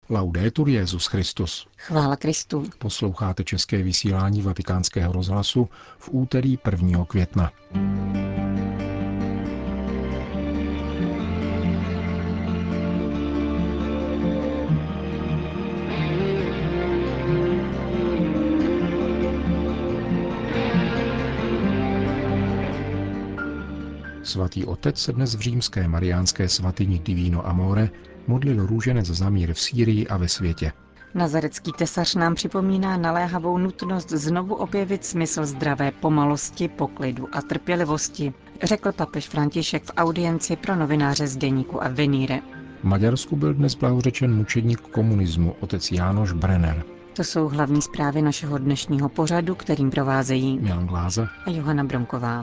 Laudetur Jesus Christus. Chvála Kristu. Posloucháte české vysílání Vatikánského rozhlasu v úterý 1. května. Svatý otec se dnes v římské mariánské svatyni Divino Amore modlil růženec za mír v Sýrii a ve světě. Nazarecký tesař nám připomíná naléhavou nutnost znovu objevit smysl zdravé pomalosti, poklidu a trpělivosti, řekl papež František v audienci pro novináře z deníku Avvenire. V Maďarsku byl dnes blahořečen mučedník komunismu otec Jánoš Brenner. To jsou hlavní zprávy našeho dnešního pořadu, kterým provázejí Milan Gláza a Johana Bronková.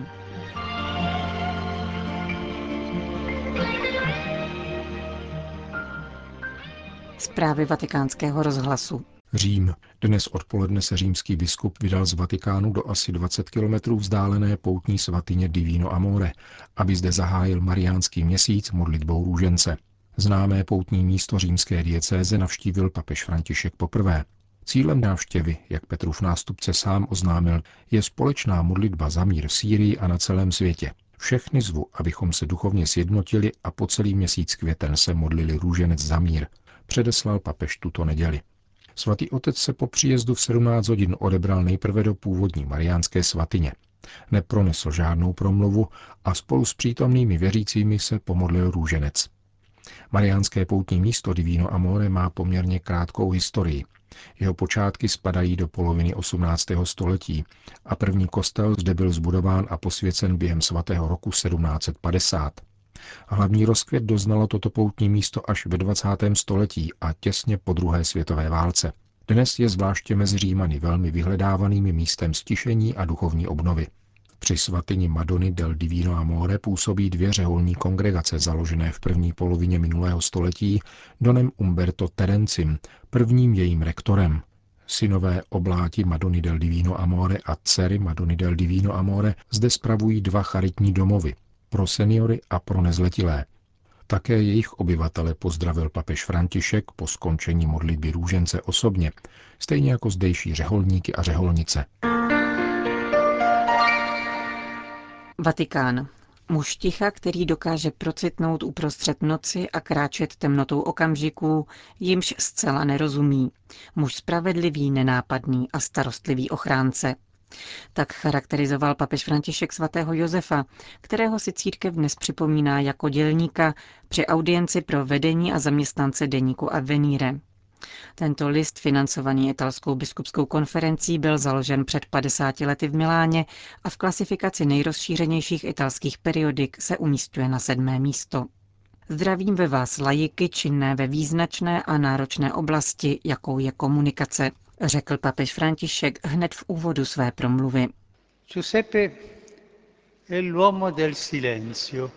Zprávy Vatikánského rozhlasu. Řím. Dnes odpoledne se římský biskup vydal z Vatikánu do asi 20 kilometrů vzdálené poutní svatyně Divino Amore, aby zde zahájil mariánský měsíc modlitbou růžence. Známé poutní místo římské diecéze navštívil papež František poprvé. Cílem návštěvy, jak Petrův nástupce sám oznámil, je společná modlitba za mír v Sýrii a na celém světě. Všechny zvu, abychom se duchovně sjednotili a po celý měsíc květen se modlili růženec za mír, předeslal papež tuto neděli. Svatý otec se po příjezdu v 17 hodin odebral nejprve do původní mariánské svatyně. Nepronesl žádnou promluvu a spolu s přítomnými věřícími se pomodlil růženec. Mariánské poutní místo Divino Amore má poměrně krátkou historii. Jeho počátky spadají do poloviny 18. století a první kostel zde byl zbudován a posvěcen během svatého roku 1750. Hlavní rozkvět doznalo toto poutní místo až ve 20. století a těsně po druhé světové válce. Dnes je zvláště mezi Římany velmi vyhledávaným místem stišení a duchovní obnovy. Při svatyni Madony del Divino Amore působí 2 řeholní kongregace založené v první polovině minulého století donem Umberto Terencim, prvním jejím rektorem. Synové obláti Madony del Divino Amore a dcery Madony del Divino Amore zde spravují 2 charitní domovy pro seniory a pro nezletilé. Také jejich obyvatele pozdravil papež František po skončení modlitby růžence osobně, stejně jako zdejší řeholníky a řeholnice. Vatikán. Muž ticha, který dokáže procitnout uprostřed noci a kráčet temnotou okamžiků, jimž zcela nerozumí. Muž spravedlivý, nenápadný a starostlivý ochránce. Tak charakterizoval papež František svatého Josefa, kterého si církev dnes připomíná jako dělníka při audienci pro vedení a zaměstnance deníku Avvenire. Tento list, financovaný italskou biskupskou konferencí, byl založen před 50 lety v Miláně a v klasifikaci nejrozšířenějších italských periodik se umísťuje na 7. místo. Zdravím ve vás laiky činné ve význačné a náročné oblasti, jakou je komunikace, řekl papež František hned v úvodu své promluvy. Giuseppe è l'uomo del silenzio.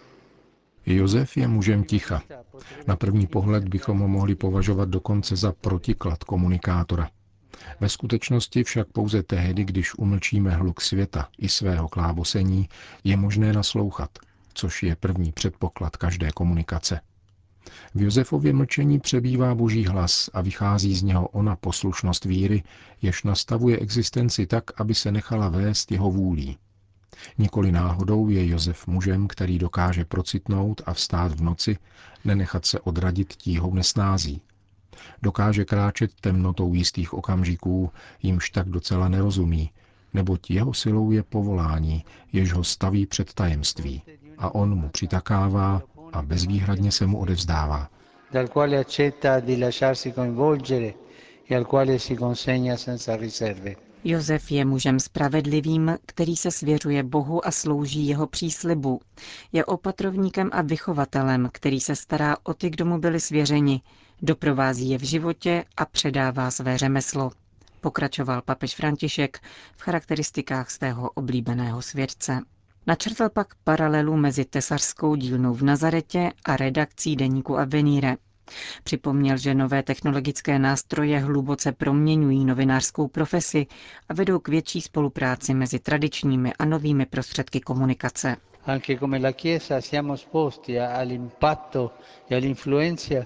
Josef je mužem ticha. Na první pohled bychom ho mohli považovat dokonce za protiklad komunikátora. Ve skutečnosti však pouze tehdy, když umlčíme hluk světa i svého klábosení, je možné naslouchat, což je první předpoklad každé komunikace. V Josefově mlčení přebývá boží hlas a vychází z něho ona poslušnost víry, jež nastavuje existenci tak, aby se nechala vést jeho vůlí. Nikoli náhodou je Josef mužem, který dokáže procitnout a vstát v noci, nenechat se odradit tíhou nesnází. Dokáže kráčet temnotou jistých okamžiků, jimž tak docela nerozumí, neboť jeho silou je povolání, jež ho staví před tajemství a on mu přitakává a bezvýhradně se mu odevzdává. Dal quale accetta di lasciarsi coinvolgere e al quale si consegna senza riserve. Josef je mužem spravedlivým, který se svěřuje Bohu a slouží jeho příslibu. Je opatrovníkem a vychovatelem, který se stará o ty, kdo mu byli svěřeni, doprovází je v životě a předává své řemeslo. Pokračoval papež František v charakteristikách svého oblíbeného svědce. Načrtl pak paralelu mezi tesařskou dílnou v Nazaretě a redakcí deníku Avvenire. Připomněl, že nové technologické nástroje hluboce proměňují novinářskou profesi a vedou k větší spolupráci mezi tradičními a novými prostředky komunikace. Anche come la Chiesa siamo esposti all'impatto e all'influenza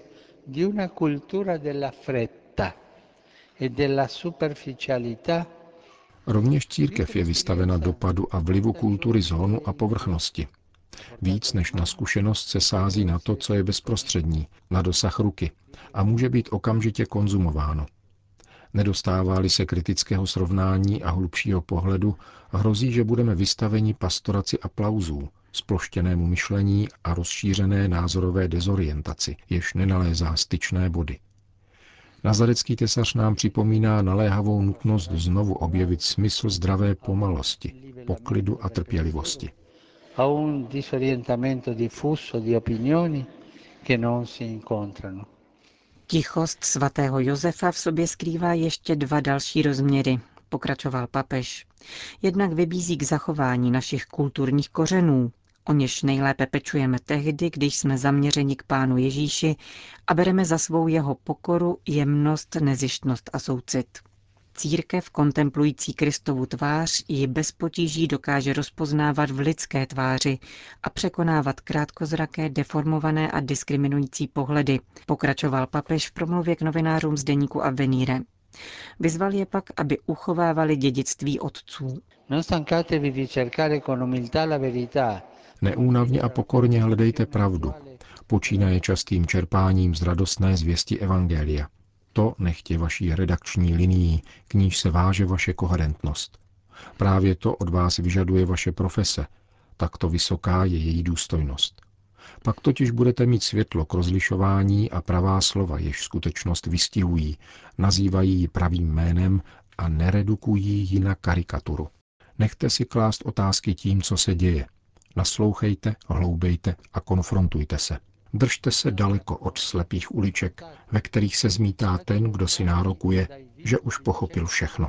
di una cultura della fretta e della superficialità. Rovněž církev je vystavena dopadu a vlivu kultury zhonu a povrchnosti. Víc než na zkušenost se sází na to, co je bezprostřední, na dosah ruky a může být okamžitě konzumováno. Nedostává-li se kritického srovnání a hlubšího pohledu, hrozí, že budeme vystaveni pastoraci aplauzů, sploštěnému myšlení a rozšířené názorové dezorientaci, jež nenalézá styčné body. Nazarecký tesař nám připomíná naléhavou nutnost znovu objevit smysl zdravé pomalosti, poklidu a trpělivosti. A un disorientamento diffuso di opinioni che non si incontrano. Tichost svatého Josefa v sobě skrývá ještě dva další rozměry, pokračoval papež. Jednak vybízí k zachování našich kulturních kořenů, o něž nejlépe pečujeme tehdy, když jsme zaměřeni k Pánu Ježíši a bereme za svou jeho pokoru, jemnost, nezištnost a soucit. Církev kontemplující Kristovu tvář ji bez potíží dokáže rozpoznávat v lidské tváři a překonávat krátkozraké, deformované a diskriminující pohledy, pokračoval papež v promluvě k novinářům z deníku Avvenire. Vyzval je pak, aby uchovávali dědictví otců. Neúnavně a pokorně hledejte pravdu. Počínaje častým čerpáním z radostné zvěsti evangelia. To nechtě vaší redakční linií, k níž se váže vaše koherentnost. Právě to od vás vyžaduje vaše profese, takto vysoká je její důstojnost. Pak totiž budete mít světlo k rozlišování a pravá slova, jež skutečnost vystihují, nazývají ji pravým jménem a neredukují ji na karikaturu. Nechte si klást otázky tím, co se děje. Naslouchejte, hloubejte a konfrontujte se. Držte se daleko od slepých uliček, ve kterých se zmítá ten, kdo si nárokuje, že už pochopil všechno.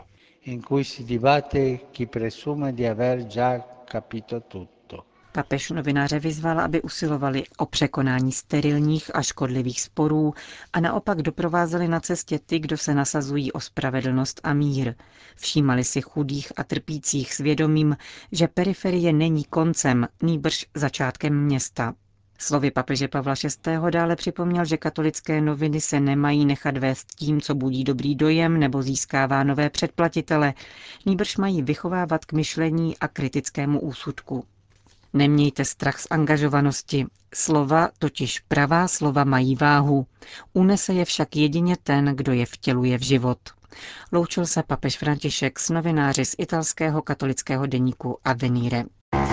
Papež novináře vyzval, aby usilovali o překonání sterilních a škodlivých sporů a naopak doprovázeli na cestě ty, kdo se nasazují o spravedlnost a mír. Všímali si chudých a trpících s vědomím, že periferie není koncem, nýbrž začátkem města. Slovy papeže Pavla VI. Dále připomněl, že katolické noviny se nemají nechat vést tím, co budí dobrý dojem nebo získává nové předplatitele, nýbrž mají vychovávat k myšlení a kritickému úsudku. Nemějte strach z angažovanosti. Slova, totiž pravá slova, mají váhu. Unese je však jedině ten, kdo je vtěluje v život. Loučil se papež František s novináři z italského katolického deníku Avvenire.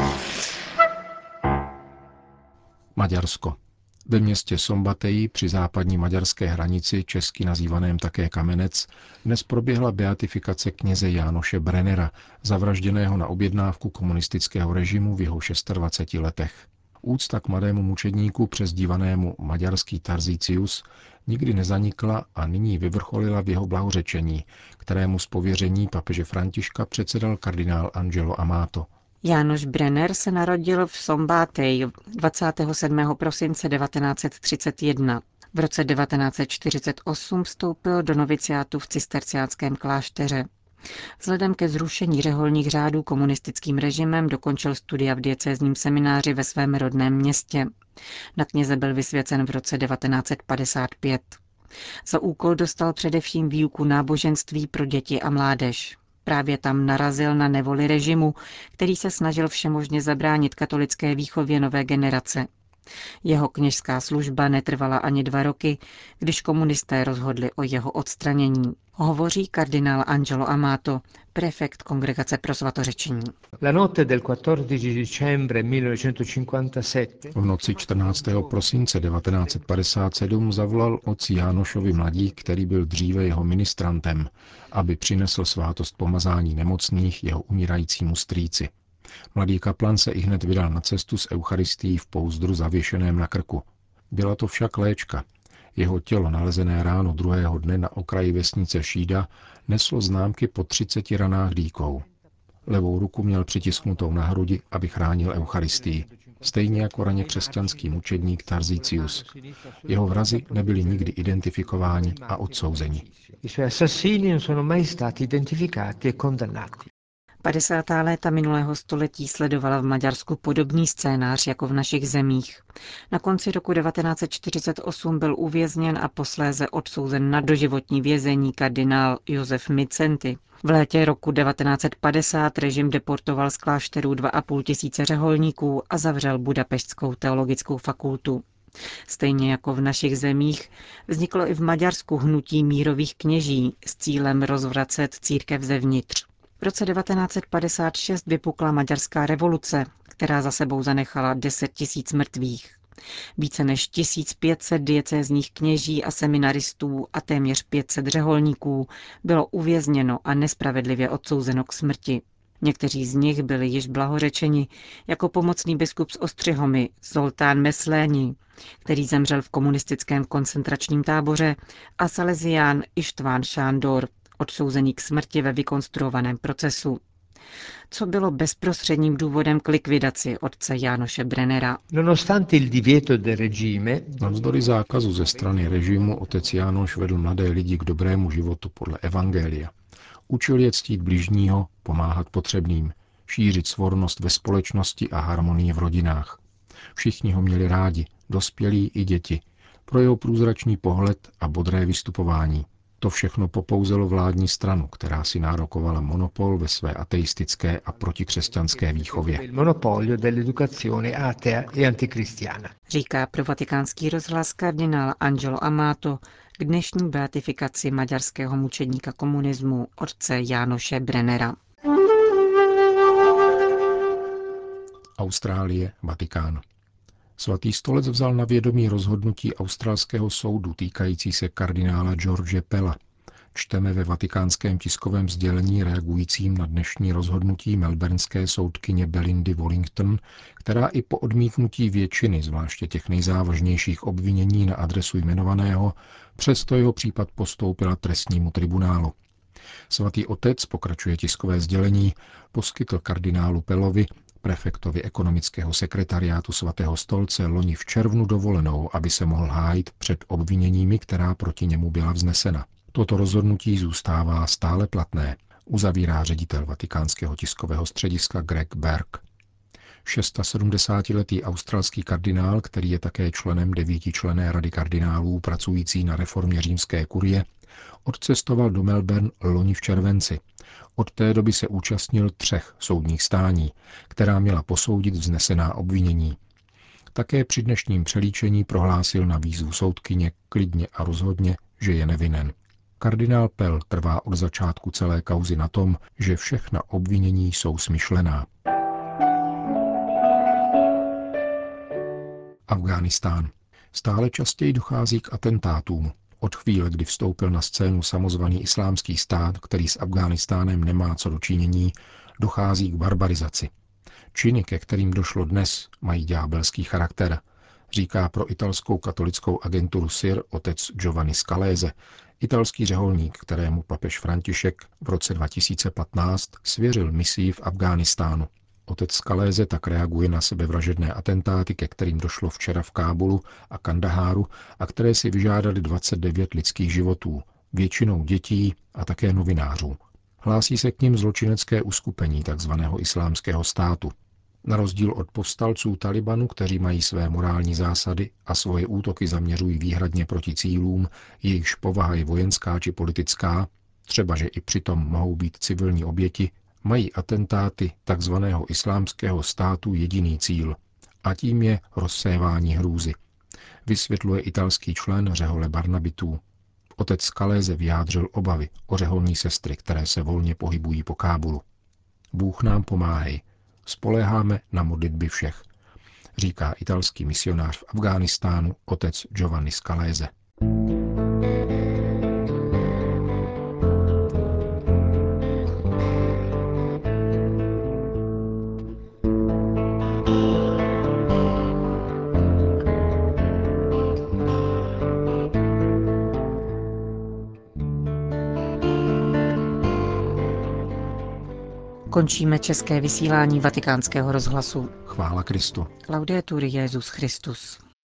Maďarsko. Ve městě Szombathely při západní maďarské hranici, česky nazývaném také Kamenec, dnes proběhla beatifikace kněze Jánoše Brennera, zavražděného na objednávku komunistického režimu v jeho 26 letech. Úcta k mladému mučedníku, přezdívanému maďarský Tarzicius, nikdy nezanikla a nyní vyvrcholila v jeho blahořečení, kterému z pověření papeže Františka předsedal kardinál Angelo Amato. Jánoš Brenner se narodil v Szombathely 27. prosince 1931. V roce 1948 vstoupil do noviciátu v cisterciánském klášteře. Vzhledem ke zrušení řeholních řádů komunistickým režimem dokončil studia v diecézním semináři ve svém rodném městě. Na kněze byl vysvěcen v roce 1955. Za úkol dostal především výuku náboženství pro děti a mládež. Právě tam narazil na nevoli režimu, který se snažil všemožně zabránit katolické výchově nové generace. Jeho kněžská služba netrvala ani 2 roky, když komunisté rozhodli o jeho odstranění. Hovoří kardinál Angelo Amato, prefekt Kongregace pro svatořečení. V noci 14. prosince 1957 zavolal otci Jánošovi mladík, který byl dříve jeho ministrantem, aby přinesl svátost pomazání nemocných jeho umírajícímu strýci. Mladý kaplan se ihned vydal na cestu s eucharistií v pouzdru zavěšeném na krku. Byla to však léčka. Jeho tělo, nalezené ráno druhého dne na okraji vesnice Šída, neslo známky po 30 ranách dýkou. Levou ruku měl přitisknutou na hrudi, aby chránil eucharistii, stejně jako raně křesťanský mučedník Tarzicius. Jeho vrazi nebyli nikdy identifikováni a odsouzeni. 50. léta minulého století sledovala v Maďarsku podobný scénář jako v našich zemích. Na konci roku 1948 byl uvězněn a posléze odsouzen na doživotní vězení kardinál Josef Mindszenty. V létě roku 1950 režim deportoval z klášterů 2,5 tisíce řeholníků a zavřel Budapeštskou teologickou fakultu. Stejně jako v našich zemích vzniklo i v Maďarsku hnutí mírových kněží s cílem rozvracet církev zevnitř. V roce 1956 vypukla maďarská revoluce, která za sebou zanechala 10 tisíc mrtvých. Více než 1500 diecézních kněží a seminaristů a téměř 500 řeholníků bylo uvězněno a nespravedlivě odsouzeno k smrti. Někteří z nich byli již blahořečeni, jako pomocný biskup z Ostřihomy Zoltán Mesléni, který zemřel v komunistickém koncentračním táboře, a salezián István Sándor, odsouzený k smrti ve vykonstruovaném procesu. Co bylo bezprostředním důvodem k likvidaci otce Jánoše Brennera? Navzdory zákazu ze strany režimu otec Jánoš vedl mladé lidi k dobrému životu podle evangelia. Učil je ctít bližního, pomáhat potřebným, šířit svornost ve společnosti a harmonii v rodinách. Všichni ho měli rádi, dospělí i děti, pro jeho průzračný pohled a bodré vystupování. To všechno popouzelo vládní stranu, která si nárokovala monopol ve své ateistické a protikřesťanské výchově. Říká pro Vatikánský rozhlas kardinál Angelo Amato k dnešní beatifikaci maďarského mučedníka komunismu otce Jánoše Brennera. Austrálie, Vatikán. Svatý stolec vzal na vědomí rozhodnutí australského soudu týkající se kardinála George Pella. Čteme ve vatikánském tiskovém sdělení reagujícím na dnešní rozhodnutí melbournské soudkyně Belindy Wallington, která i po odmítnutí většiny, zvláště těch nejzávažnějších obvinění na adresu jmenovaného, přesto jeho případ postoupila trestnímu tribunálu. Svatý otec, pokračuje tiskové sdělení, poskytl kardinálu Pellovi, prefektovi ekonomického sekretariátu svatého stolce, loni v červnu dovolenou, aby se mohl hájit před obviněními, která proti němu byla vznesena. Toto rozhodnutí zůstává stále platné, uzavírá ředitel vatikánského tiskového střediska Greg Berg. 76letý australský kardinál, který je také členem 9členné rady kardinálů pracující na reformě římské kurie, odcestoval do Melbourne loni v červenci. Od té doby se účastnil 3 soudních stání, která měla posoudit vznesená obvinění. Také při dnešním přelíčení prohlásil na výzvu soudkyně klidně a rozhodně, že je nevinen. Kardinál Pell trvá od začátku celé kauzy na tom, že všechna obvinění jsou smyšlená. Afghánistán. Stále častěji dochází k atentátům. Od chvíle, kdy vstoupil na scénu samozvaný Islámský stát, který s Afghánistánem nemá co do činění, dochází k barbarizaci. Činy, ke kterým došlo dnes, mají ďábelský charakter, říká pro italskou katolickou agenturu SIR otec Giovanni Scalese, italský řeholník, kterému papež František v roce 2015 svěřil misii v Afghánistánu. Otec Scalese tak reaguje na sebevražedné atentáty, ke kterým došlo včera v Kábulu a Kandaháru a které si vyžádali 29 lidských životů, většinou dětí a také novinářů. Hlásí se k nim zločinecké uskupení tzv. Islámského státu. Na rozdíl od povstalců Talibanu, kteří mají své morální zásady a svoje útoky zaměřují výhradně proti cílům, jejichž povaha je vojenská či politická, třeba že i přitom mohou být civilní oběti, mají atentáty tzv. Islámského státu jediný cíl, a tím je rozsévání hrůzy, vysvětluje italský člen řehole Barnabitů. Otec Scalese vyjádřil obavy o řeholní sestry, které se volně pohybují po Kábulu. Bůh nám pomáhej, spoléháme na modlitby všech, říká italský misionář v Afghánistánu otec Giovanni Scalese. Končíme české vysílání Vatikánského rozhlasu. Chvála Kristu. Laudetur Jesus Christus.